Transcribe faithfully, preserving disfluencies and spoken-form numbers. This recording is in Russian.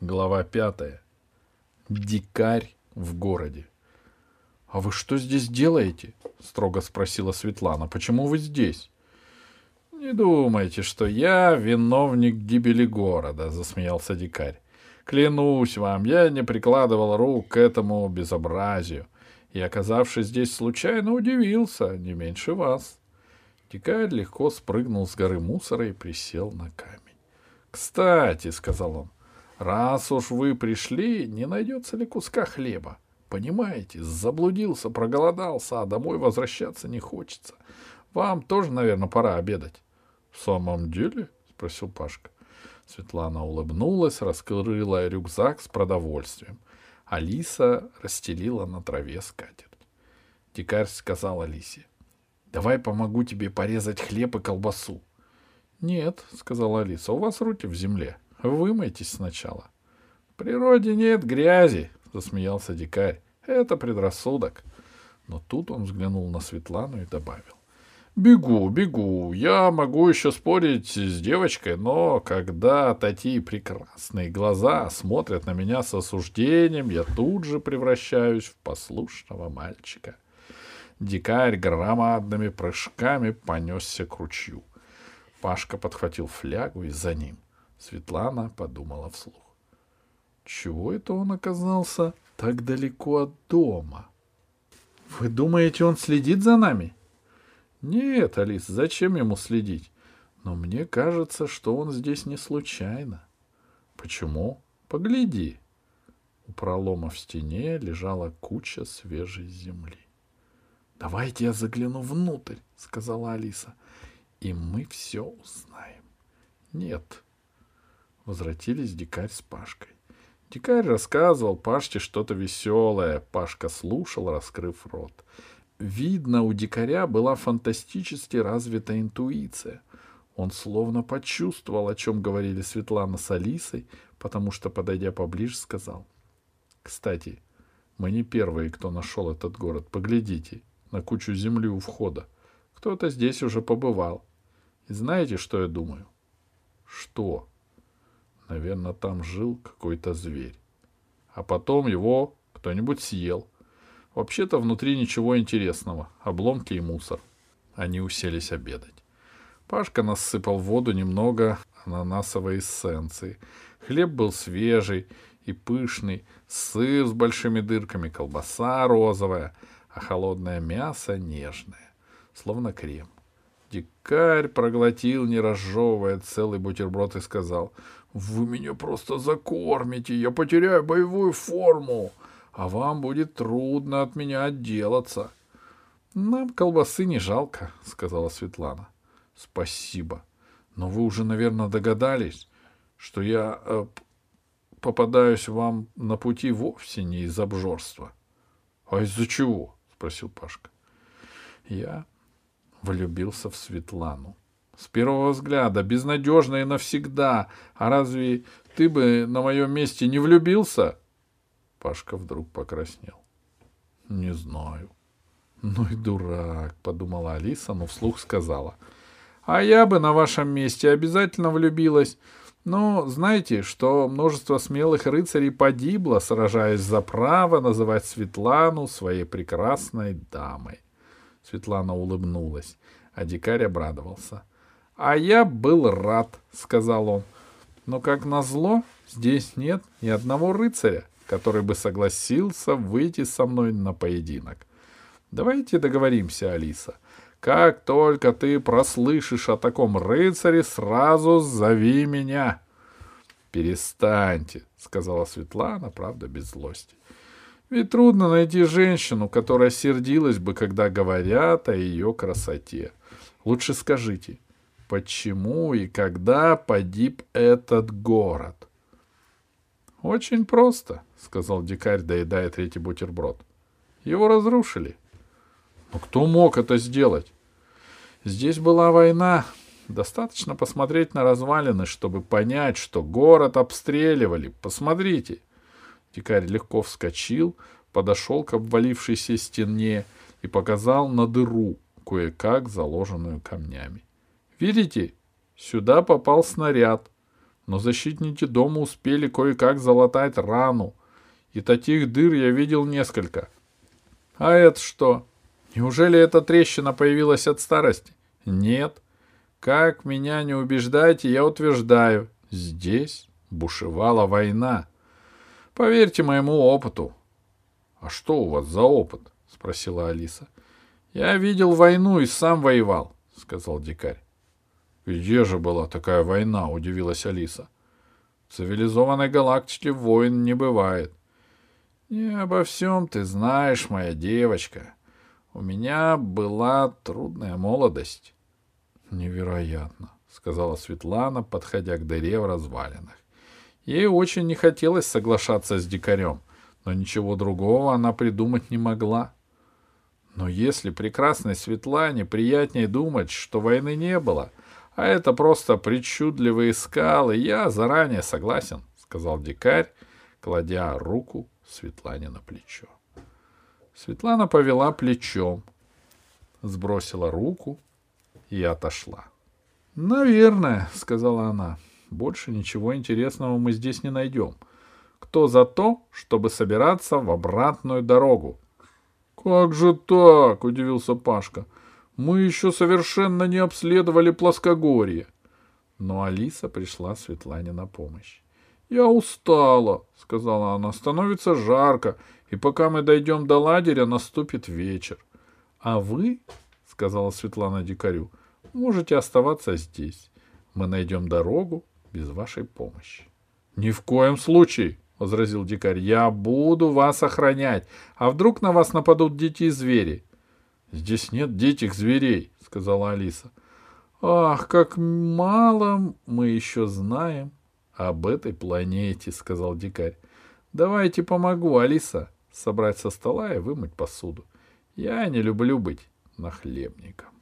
Глава пятая. Дикарь в городе. — А вы что здесь делаете? — строго спросила Светлана. — Почему вы здесь? — Не думайте, что я виновник гибели города, — засмеялся дикарь. — Клянусь вам, я не прикладывал рук к этому безобразию, и, оказавшись здесь случайно, удивился, не меньше вас. Дикарь легко спрыгнул с горы мусора и присел на камень. — Кстати, — сказал он, — раз уж вы пришли, не найдется ли куска хлеба? Понимаете, заблудился, проголодался, а домой возвращаться не хочется. Вам тоже, наверное, пора обедать. — В самом деле? — спросил Пашка. Светлана улыбнулась, раскрыла рюкзак с продовольствием. Алиса расстелила на траве скатерть. Дикарь сказал Алисе: — Давай помогу тебе порезать хлеб и колбасу. — Нет, — сказала Алиса, — у вас руки в земле. Вымойтесь сначала. — В природе нет грязи, — засмеялся дикарь. — Это предрассудок. Но тут он взглянул на Светлану и добавил: — Бегу, бегу. Я могу еще спорить с девочкой, но когда такие прекрасные глаза смотрят на меня с осуждением, я тут же превращаюсь в послушного мальчика. Дикарь громадными прыжками понесся к ручью. Пашка подхватил флягу и за ним. Светлана подумала вслух: чего это он оказался так далеко от дома? — Вы думаете, он следит за нами? — Нет, Алис, зачем ему следить? Но мне кажется, что он здесь не случайно. — Почему? Погляди. У пролома в стене лежала куча свежей земли. — Давайте я загляну внутрь, — сказала Алиса, — и мы все узнаем. — Нет. Возвратились дикарь с Пашкой. Дикарь рассказывал Пашке что-то веселое. Пашка слушал, раскрыв рот. Видно, у дикаря была фантастически развита интуиция. Он словно почувствовал, о чем говорили Светлана с Алисой, потому что, подойдя поближе, сказал: — Кстати, мы не первые, кто нашел этот город. Поглядите на кучу земли у входа. Кто-то здесь уже побывал. И знаете, что я думаю? — Что? — Наверное, там жил какой-то зверь. А потом его кто-нибудь съел. Вообще-то внутри ничего интересного. Обломки и мусор. Они уселись обедать. Пашка насыпал в воду немного ананасовой эссенции. Хлеб был свежий и пышный, сыр с большими дырками, колбаса розовая, а холодное мясо нежное, словно крем. Дикарь проглотил, не разжевывая, целый бутерброд и сказал: — Вы меня просто закормите, я потеряю боевую форму, а вам будет трудно от меня отделаться. — Нам колбасы не жалко, — сказала Светлана. — Спасибо. Но вы уже, наверное, догадались, что я э, попадаюсь вам на пути вовсе не из обжорства. — А из-за чего? — спросил Пашка. — Я влюбился в Светлану. С первого взгляда, безнадежно и навсегда. А разве ты бы на моем месте не влюбился? Пашка вдруг покраснел. — Не знаю. — Ну и дурак, — подумала Алиса, но вслух сказала: — А я бы на вашем месте обязательно влюбилась. Но знаете, что множество смелых рыцарей погибло, сражаясь за право называть Светлану своей прекрасной дамой. Светлана улыбнулась, а дикарь обрадовался. — А я был рад, — сказал он. — Но, как назло, здесь нет ни одного рыцаря, который бы согласился выйти со мной на поединок. Давайте договоримся, Алиса. Как только ты прослышишь о таком рыцаре, сразу зови меня. — Перестаньте, — сказала Светлана, правда, без злости. Ведь трудно найти женщину, которая сердилась бы, когда говорят о ее красоте. Лучше скажите, почему и когда погиб этот город? — Очень просто, — сказал дикарь, доедая третий бутерброд. — Его разрушили. — Но кто мог это сделать? — Здесь была война. Достаточно посмотреть на развалины, чтобы понять, что город обстреливали. Посмотрите. Дикарь легко вскочил, подошел к обвалившейся стене и показал на дыру, кое-как заложенную камнями. — Видите? Сюда попал снаряд. но защитники дома успели кое-как залатать рану, и таких дыр я видел несколько. А это что? Неужели эта трещина появилась от старости? Нет. Как меня не убеждайте, я утверждаю, здесь бушевала война. Поверьте моему опыту. — А что у вас за опыт? — спросила Алиса. — Я видел войну и сам воевал, — сказал дикарь. — Где же была такая война? — удивилась Алиса. — В цивилизованной галактике войн не бывает. — Не обо всем ты знаешь, моя девочка. У меня была трудная молодость. — Невероятно, — сказала Светлана, подходя к дыре в развалинах. Ей очень не хотелось соглашаться с дикарем, но ничего другого она придумать не могла. Но если прекрасной Светлане приятнее думать, что войны не было, а это просто причудливые скалы, я заранее согласен, — сказал дикарь, кладя руку Светлане на плечо. Светлана повела плечом, сбросила руку и отошла. — Наверное, — сказала она, — больше ничего интересного мы здесь не найдем. Кто за то, чтобы собираться в обратную дорогу? — Как же так? — удивился Пашка. — Мы еще совершенно не обследовали плоскогорье. Но Алиса пришла Светлане на помощь. — Я устала, — сказала она. — Становится жарко, и пока мы дойдем до лагеря, наступит вечер. — А вы, — сказала Светлана дикарю, — можете оставаться здесь. Мы найдем дорогу без вашей помощи. — Ни в коем случае, — возразил дикарь. — Я буду вас охранять. А вдруг на вас нападут дикие звери? — Здесь нет диких зверей, — сказала Алиса. — Ах, как мало мы еще знаем об этой планете, — сказал дикарь. — Давайте помогу, Алиса, собрать со стола и вымыть посуду. Я не люблю быть нахлебником.